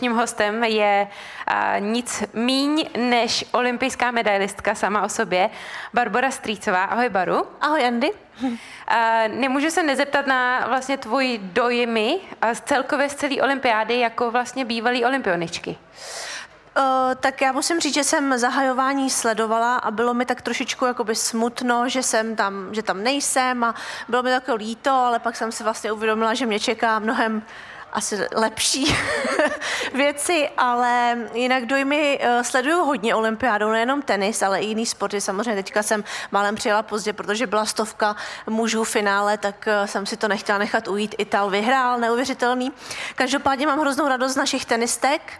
Tím hostem je nic míň než olympijská medailistka sama o sobě, Barbora Strýcová. Ahoj, Baru. Ahoj, Andy. Nemůžu se nezeptat na vlastně tvoji dojmy celkově z celé olympiády jako vlastně bývalý olympioničky. Tak já musím říct, že jsem zahajování sledovala a bylo mi tak trošičku jakoby smutno, že tam nejsem a bylo mi takové líto, ale pak jsem si vlastně uvědomila, že mě čeká mnohem asi lepší věci, ale jinak dojmy sleduju hodně olympiádu, nejenom tenis, ale i jiný sporty. Samozřejmě teďka jsem málem přijela pozdě, protože byla 100 mužů v finále, tak jsem si to nechtěla nechat ujít. Ital vyhrál, neuvěřitelný. Každopádně mám hroznou radost z našich tenistek.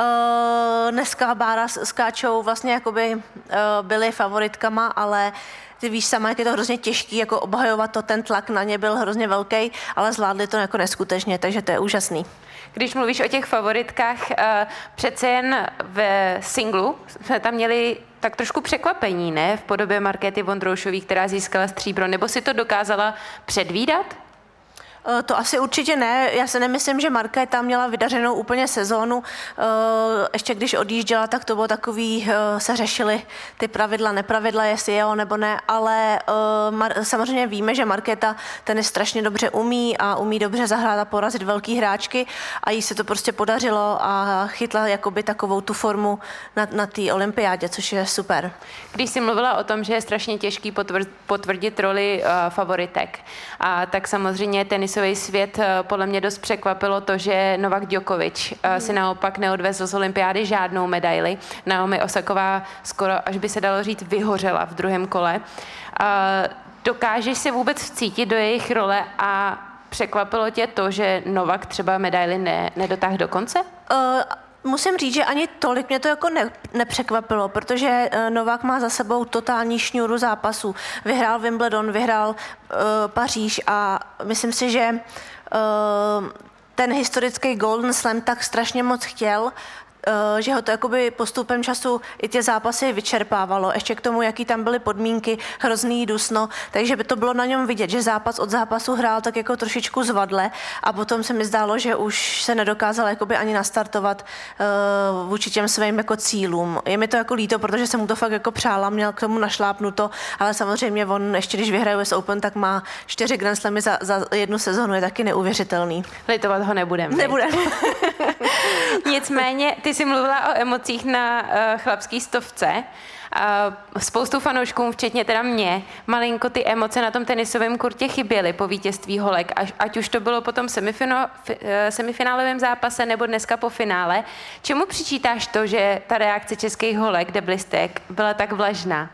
Dneska Bára skáčou vlastně jakoby byly favoritkama, ale ty víš sama, jak je to hrozně těžký, jako obhajovat to, ten tlak na ně byl hrozně velký, ale zvládli to jako neskutečně, takže to je úžasný. Když mluvíš o těch favoritkách, přece jen ve singlu jsme tam měli tak trošku překvapení, ne? V podobě Markéty Vondroušové, která získala stříbro, nebo si to dokázala předvídat? To asi určitě ne. Já se nemyslím, že Markéta měla vydařenou úplně sezónu. Ještě když odjížděla, tak to bylo takový, se řešily ty pravidla, nepravidla, jestli jo nebo ne, ale samozřejmě víme, že Markéta tenis strašně dobře umí a umí dobře zahrát a porazit velký hráčky a jí se to prostě podařilo a chytla jakoby takovou tu formu na té olympiádě, což je super. Když jsi mluvila o tom, že je strašně těžký potvrdit roli favoritek, tak samozřejmě tenisový svět podle mě dost překvapilo to, že Novak Djokovic si naopak neodvezl z olympiády žádnou medaili. Naomi Osaková skoro, až by se dalo říct, vyhořela v druhém kole. Dokážeš si vůbec vcítit do jejich role a překvapilo tě to, že Novak třeba medaili nedotáhl do konce? Musím říct, že ani tolik mě to jako nepřekvapilo, protože Novák má za sebou totální šňůru zápasů. Vyhrál Wimbledon, vyhrál Paříž a myslím si, že ten historický Golden Slam tak strašně moc chtěl, že ho to jakoby postupem času i ty zápasy vyčerpávalo. Ještě k tomu, jaký tam byly podmínky, hrozný dusno, takže by to bylo na něm vidět, že zápas od zápasu hrál tak jako trošičku zvadle a potom se mi zdálo, že už se nedokázal jakoby ani nastartovat vůči těm svým jako cílům. Je mi to jako líto, protože jsem mu to fakt jako přála, měl k tomu našlápnuto, ale samozřejmě on ještě když vyhraje US Open, tak má 4 Grand Slamy za jednu sezonu, je taky neuvěřitelný. Litovat ho nebudeme. Nicméně, ty jsi mluvila o emocích na chlapský stovce. Spoustu fanouškům, včetně teda mě, malinko ty emoce na tom tenisovém kurtě chyběly po vítězství holek, ať už to bylo po tom semifinálovém zápase nebo dneska po finále. Čemu přičítáš to, že ta reakce českých holek, deblistek, byla tak vlažná?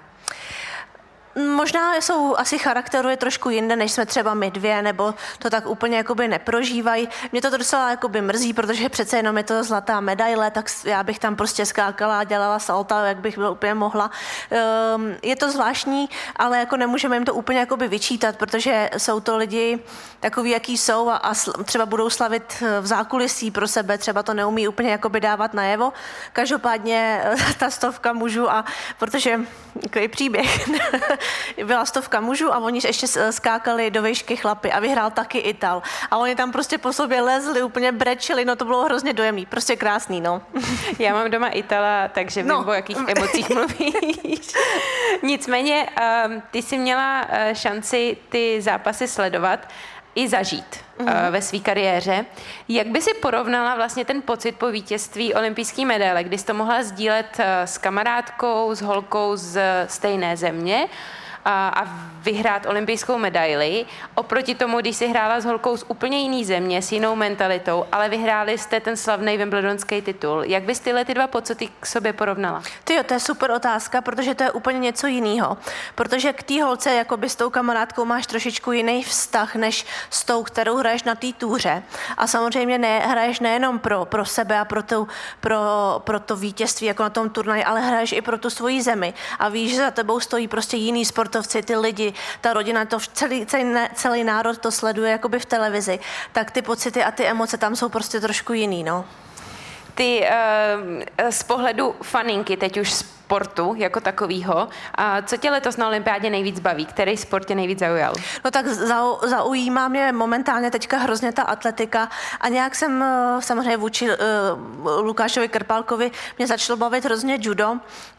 Možná jsou asi charakteru je trošku jinde, než jsme třeba my dvě, nebo to tak úplně jakoby neprožívají. Mě to docela jakoby mrzí, protože přece jenom je to zlatá medaile, tak já bych tam prostě skákala a dělala salta, jak bych úplně mohla. Je to zvláštní, ale jako nemůžeme jim to úplně jakoby vyčítat, protože jsou to lidi takový, jaký jsou a třeba budou slavit v zákulisí pro sebe, třeba to neumí úplně jakoby dávat najevo. Každopádně ta 100 mužů a protože takový příběh, byla 100 mužů a oni ještě skákali do výšky chlapy a vyhrál taky Ital. A oni tam prostě po sobě lezli, úplně brečeli, no to bylo hrozně dojemný, prostě krásný, no. Já mám doma Itala, takže vím, o jakých emocích mluvíš. Nicméně, ty jsi měla šanci ty zápasy sledovat i zažít ve své kariéře. Jak by si porovnala vlastně ten pocit po vítězství olympijské medaile, kdy jsi to mohla sdílet s kamarádkou, s holkou z stejné země a vyhrát olympijskou medaili, oproti tomu, když si hrála s holkou z úplně jiný země, s jinou mentalitou, ale vyhráli jste ten slavný wimbledonský titul. Jak bys tyhle ty dva pocity k sobě porovnala? Tyjo, to je super otázka, protože to je úplně něco jiného. Protože k té holce, jakoby s tou kamarádkou, máš trošičku jiný vztah, než s tou, kterou hraješ na té túře. A samozřejmě hraješ nejenom pro sebe a pro to vítězství, jako na tom turnaji, ale hraješ i pro tu svoji zemi. A víš, že za tebou stojí prostě jiný sportovci, ty lidi, ta rodina, to celý národ to sleduje jakoby v televizi. Tak ty pocity a ty emoce tam jsou prostě trošku jiný, no. Ty z pohledu faninky, teď už sportu jako takového. A co tě letos na olympiádě nejvíc baví? Který sport tě nejvíc zaujal? No tak zaujímá mě momentálně teďka hrozně ta atletika a nějak jsem samozřejmě vůči Lukášovi Krpálkovi mě začalo bavit hrozně judo,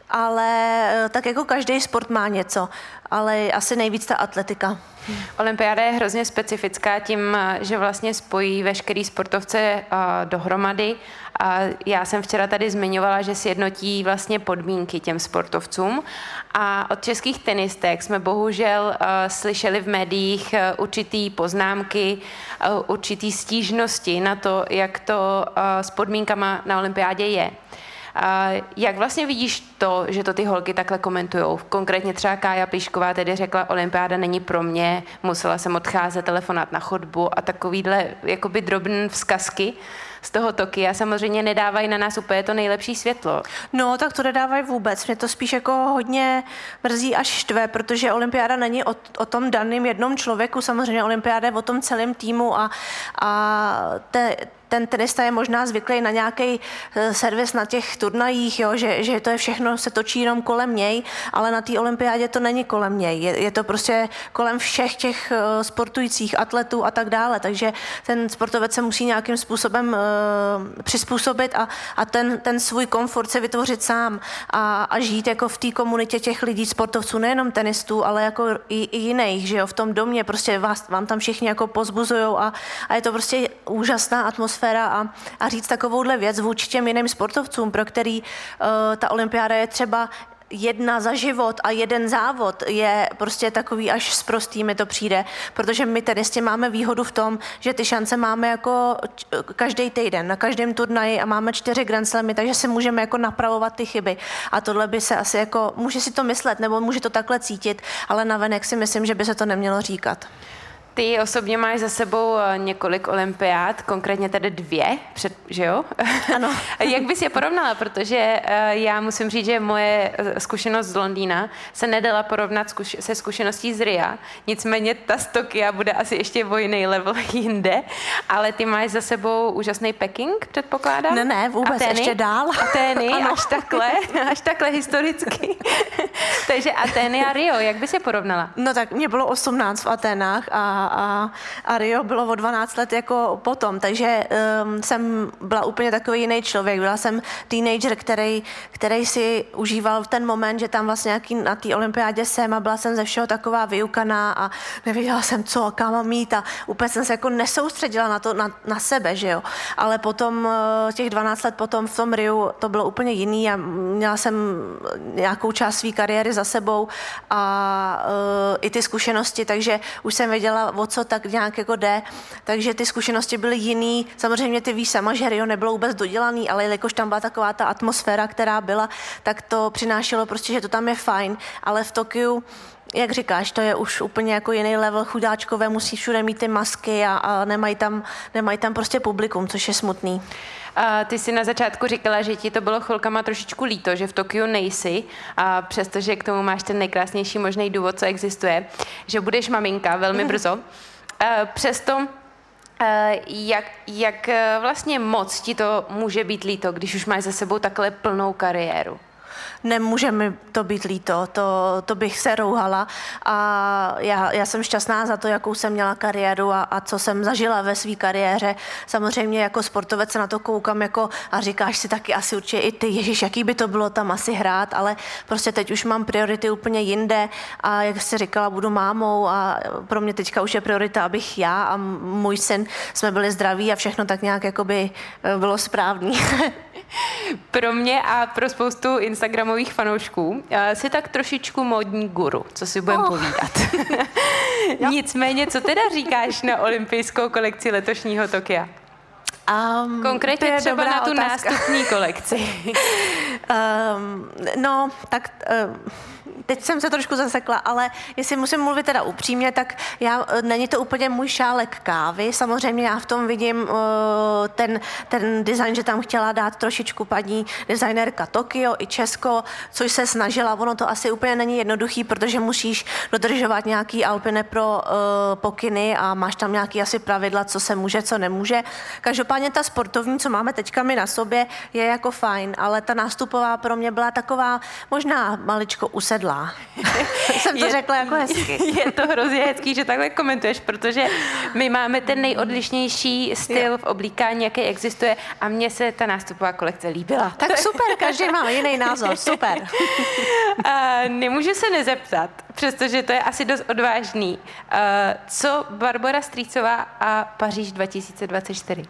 ale tak jako každý sport má něco, ale asi nejvíc ta atletika. Olympiáda je hrozně specifická tím, že vlastně spojí veškerý sportovce dohromady. A já jsem včera tady zmiňovala, že sjednotí vlastně podmínky těm sportovcům. A od českých tenistek jsme bohužel slyšeli v médiích určitý poznámky, určitý stížnosti na to, jak to s podmínkama na olympiádě je. Jak vlastně vidíš to, že to ty holky takhle komentujou? Konkrétně třeba Kája Plíšková tedy řekla, olympiáda není pro mě, musela jsem odcházet, telefonát na chodbu a takovýhle jakoby drobné vzkazky z toho Tokia samozřejmě nedávají na nás úplně to nejlepší světlo. No, tak to nedávají vůbec. Mě to spíš jako hodně mrzí až štve, protože olympiáda není o tom daném jednom člověku, samozřejmě olympiáda je o tom celém týmu a ten tenista je možná zvyklý na nějaký servis na těch turnajích, jo, že to je všechno, se točí jenom kolem něj, ale na té olympiádě to není kolem něj. Je to prostě kolem všech těch sportujících atletů a tak dále, takže ten sportovec se musí nějakým způsobem přizpůsobit a ten svůj komfort se vytvořit sám a žít jako v té komunitě těch lidí, sportovců, nejenom tenistů, ale jako i jiných, že jo, v tom domě prostě vám tam všichni jako pozbuzujou a je to prostě úžasná atmosféra a říct takovouhle věc vůči těm jiným sportovcům, pro který ta olympiáda je třeba jedna za život a jeden závod je prostě takový až sprostý, mi to přijde, protože my tenisti máme výhodu v tom, že ty šance máme jako každý týden, na každém turnaji a máme 4 Grand Slamy, takže si můžeme jako napravovat ty chyby a tohle by se asi jako, může si to myslet nebo může to takhle cítit, ale navenek si myslím, že by se to nemělo říkat. Ty osobně máš za sebou několik olympiád, konkrétně tedy 2, že jo? Ano. Jak bys je porovnala? Protože já musím říct, že moje zkušenost z Londýna se nedala porovnat se zkušeností z Ria, nicméně ta z Tokia bude asi ještě o jiný level jinde, ale ty máš za sebou úžasný Peking, předpokládám? Ne, vůbec, Atény? Ještě dál. Atény, až takhle historicky. Takže Atény a Rio, jak bys je porovnala? No tak mě bylo 18 v Aténách a Rio bylo o 12 let jako potom, takže jsem byla úplně takový jiný člověk. Byla jsem teenager, který si užíval ten moment, že tam vlastně nějaký na té olympiádě jsem a byla jsem ze všeho taková vyukaná a nevěděla jsem co a kam mám jít a úplně jsem se jako nesoustředila na to, na sebe, že jo. Ale potom těch 12 let potom v tom Riu to bylo úplně jiný a měla jsem nějakou část své kariéry za sebou a i ty zkušenosti, takže už jsem věděla, o co tak nějak jako jde, takže ty zkušenosti byly jiný. Samozřejmě ty víš sama, že Rio nebylo vůbec dodělaný, ale jelikož tam byla taková ta atmosféra, která byla, tak to přinášelo prostě, že to tam je fajn, ale v Tokiu, jak říkáš, to je už úplně jako jiný level, chudáčkové musí všude mít ty masky a nemají tam prostě publikum, což je smutný. Ty jsi na začátku říkala, že ti to bylo chvilkama trošičku líto, že v Tokiu nejsi, a přestože k tomu máš ten nejkrásnější možný důvod, co existuje, že budeš maminka velmi brzo. Přesto, jak vlastně moc ti to může být líto, když už máš za sebou takhle plnou kariéru? Nemůže mi to být líto, to bych se rouhala a já jsem šťastná za to, jakou jsem měla kariéru a co jsem zažila ve své kariéře. Samozřejmě jako sportovec se na to koukám jako a říkáš si taky asi určitě i ty, ježiš, jaký by to bylo tam asi hrát, ale prostě teď už mám priority úplně jinde a jak jsi říkala, budu mámou a pro mě teďka už je priorita, abych já a můj syn jsme byli zdraví a všechno tak nějak jakoby bylo správný. Pro mě a pro spoustu instagramových fanoušků jsi tak trošičku módní guru, co si budeme povídat. Nicméně, co teda říkáš na olympijskou kolekci letošního Tokia? Konkrétně třeba na tu nástupní kolekci. No, tak teď jsem se trošku zasekla, ale jestli musím mluvit teda upřímně, tak není to úplně můj šálek kávy. Samozřejmě já v tom vidím ten design, že tam chtěla dát trošičku paní designérka Tokio i Česko, což se snažila. Ono to asi úplně není jednoduchý, protože musíš dodržovat nějaký Alpine pro pokyny a máš tam nějaký asi pravidla, co se může, co nemůže. Každopádně každopádně ta sportovní, co máme teďka my na sobě, je jako fajn, ale ta nástupová pro mě byla taková možná maličko usedlá. Jsem to řekla jako hezky. Je to hrozně hezký, že takhle komentuješ, protože my máme ten nejodlišnější styl v oblíkání, jaký existuje, a mně se ta nástupová kolekce líbila. Tak super, každý má jiný názor, super. Nemůžu se nezeptat, přestože to je asi dost odvážný. Co Barbora Strýcová a Paříž 2024?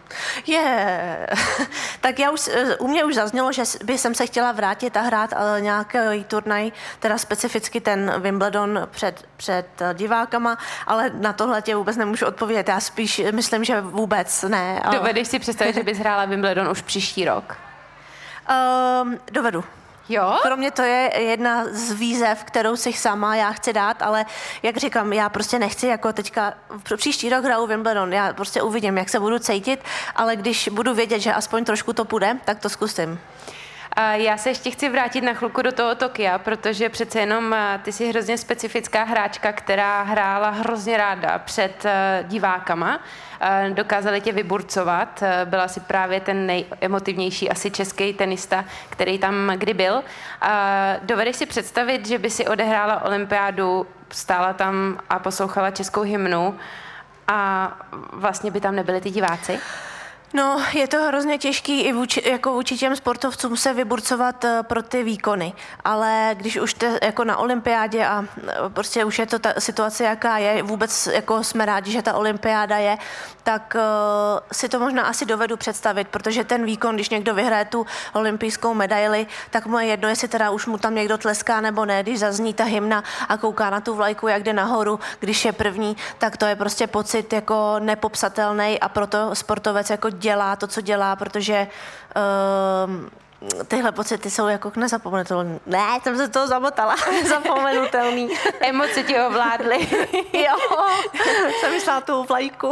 Tak u mě už zaznělo, že by jsem se chtěla vrátit a hrát nějaký turnaj, teda specificky ten Wimbledon před divákama, ale na tohle tě vůbec nemůžu odpovědět. Já spíš myslím, že vůbec ne. Dovedeš si představit, že bys hrála Wimbledon už příští rok? Dovedu. Jo? Pro mě to je jedna z výzev, kterou si sama já chci dát, ale jak říkám, já prostě nechci jako teďka příští rok hraju Wimbledon, já prostě uvidím, jak se budu cítit, ale když budu vědět, že aspoň trošku to půjde, tak to zkusím. Já se ještě chci vrátit na chvilku do toho Tokia, protože přece jenom ty jsi hrozně specifická hráčka, která hrála hrozně ráda před divákama. Dokázali tě vyburcovat, byla si právě ten nejemotivnější asi český tenista, který tam kdy byl. Dovedeš si představit, že by si odehrála olympiádu, stála tam a poslouchala českou hymnu a vlastně by tam nebyli ty diváci? No, je to hrozně těžký i vůči těm sportovcům se vyburcovat pro ty výkony, ale když už jste jako na olympiádě a prostě už je to ta situace, jaká je, vůbec jako jsme rádi, že ta olympiáda je, tak si to možná asi dovedu představit, protože ten výkon, když někdo vyhraje tu olympijskou medaili, tak mu je jedno, jestli teda už mu tam někdo tleská nebo ne, když zazní ta hymna a kouká na tu vlajku, jak jde nahoru, když je první, tak to je prostě pocit jako nepopsatelný a proto sportovec jako dělá to, co dělá, protože tyhle pocity jsou jako nezapomenutelný. Ne, jsem se toho zamotala. Nezapomenutelný. Emoce ti ovládly. Jo, jsem myslela tu vlajku.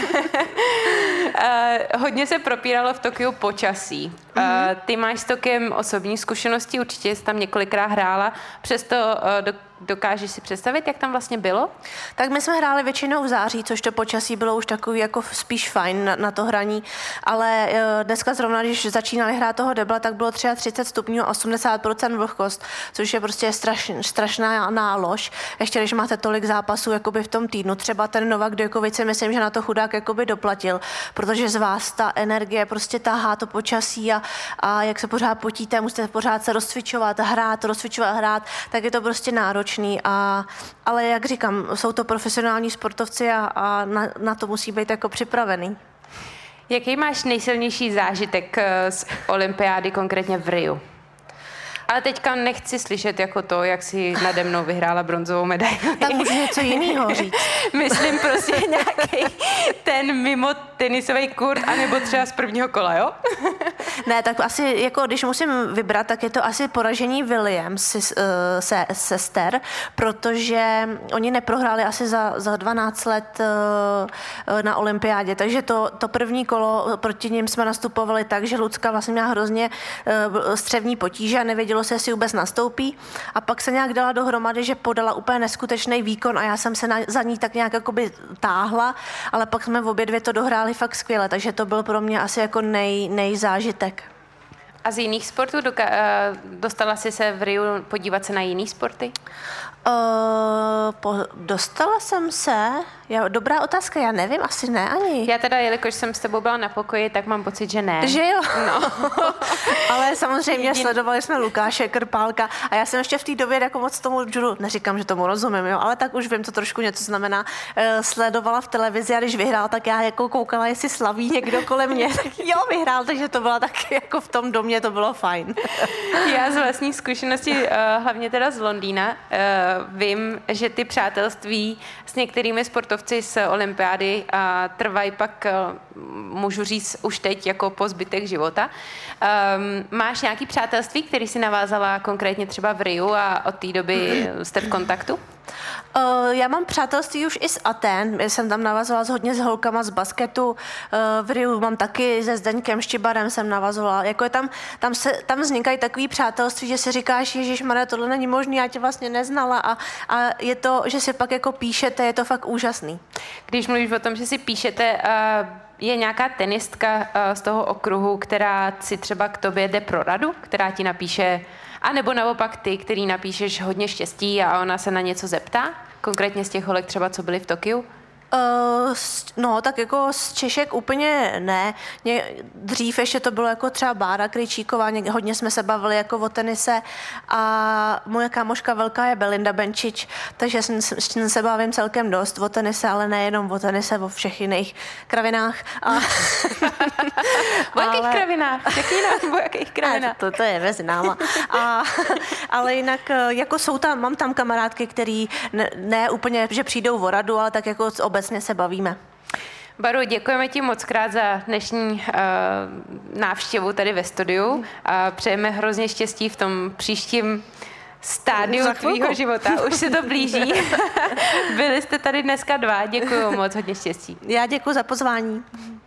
Hodně se propíralo v Tokiu počasí. Ty máš s Tokiem osobní zkušenosti, určitě jsi tam několikrát hrála, přesto dokážeš si představit, jak tam vlastně bylo? Tak my jsme hráli většinou v září, což to počasí bylo už takový jako spíš fajn na to hraní, ale dneska zrovna, když začínali hrát toho debla, tak bylo 33 stupňů a 80% vlhkost, což je prostě strašná nálož. Ještě když máte tolik zápasů jakoby v tom týdnu, třeba ten Novak Djokovic, si myslím, že na to chudák jakoby doplatil, protože z vás ta energie prostě tahá to počasí a jak se pořád potíte, musíte pořád se rozcvičovat, hrát, tak je to prostě náročné. Ale jak říkám, jsou to profesionální sportovci a na to musí být jako připravený. Jaký máš nejsilnější zážitek z olympiády, konkrétně v Riu? Ale teďka nechci slyšet jako to, jak si nade mnou vyhrála bronzovou medaili. Tak můžu něco jiného říct. Myslím prostě nějaký ten mimo tenisový kurt, anebo třeba z prvního kola, jo? Ne, tak asi, jako když musím vybrat, tak je to asi poražení Williams sester, protože oni neprohráli asi za 12 let na olympiádě, takže to první kolo proti nim jsme nastupovali tak, že Lucka vlastně měla hrozně střevní potíže a nevědělo se, jestli vůbec nastoupí. A pak se nějak dala dohromady, že podala úplně neskutečný výkon a já jsem se za ní tak nějak jakoby táhla, ale pak jsme v obě dvě to dohráli fakt skvěle, takže to byl pro mě asi jako nejzážitek. A z jiných sportů dostala jsi se v Riu podívat se na jiný sporty? Dostala jsem se, dobrá otázka, já nevím, asi ne ani. Já teda, jelikož jsem s tebou byla na pokoji, tak mám pocit, že ne. Že jo? No. Ale samozřejmě sledovali jsme Lukáše Krpálka a já jsem ještě v té době jako moc tomu judu, neříkám, že tomu rozumím, jo, ale tak už vím, to trošku něco znamená, sledovala v televizi a když vyhrál, tak já jako koukala, jestli slaví někdo kolem mě, tak jo, vyhrál, takže to byla taky jako v tom domě, to bylo fajn. Já z vlastní zkušenosti, hlavně teda z Londýna, vím, že ty přátelství s některými sportovci z olympiády trvají pak, můžu říct, už teď jako po zbytek života. Máš nějaký přátelství, který si navázala konkrétně třeba v Riu a od té doby jste v kontaktu? Já mám přátelství už i z Aten, jsem tam navazovala hodně s holkama z basketu, v Riu mám taky se Zdeňkem Štěbarem jsem navazovala, jako je tam vznikají takový přátelství, že si říkáš, ježišmarja, tohle není možný, já tě vlastně neznala a je to, že si pak jako píšete, je to fakt úžasný. Když mluvíš o tom, že si píšete, je nějaká tenistka z toho okruhu, která si třeba k tobě jde pro radu, která ti napíše, anebo naopak ty, který napíšeš hodně štěstí a ona se na něco zeptá? Konkrétně z těch holek třeba, co byly v Tokiu? No, tak jako z Češek úplně ne. Dřív ještě to bylo jako třeba Bára Krejčíková, hodně jsme se bavili jako o tenise a moje kámoška velká je Belinda Benčič, takže s tím se bavím celkem dost o tenise, ale nejenom o tenise, o všech jiných kravinách. O jakých kravinách? O jakých kravinách? To je mezi náma. Ale jinak jako mám tam kamarádky, který ne úplně, že přijdou o radu, ale tak jako obecně se bavíme. Baru, děkujeme ti moc krát za dnešní návštěvu tady ve studiu a přejeme hrozně štěstí v tom příštím stádiu tvýho života. Už se to blíží. Byli jste tady dneska 2. Děkuju moc, hodně štěstí. Já děkuji za pozvání.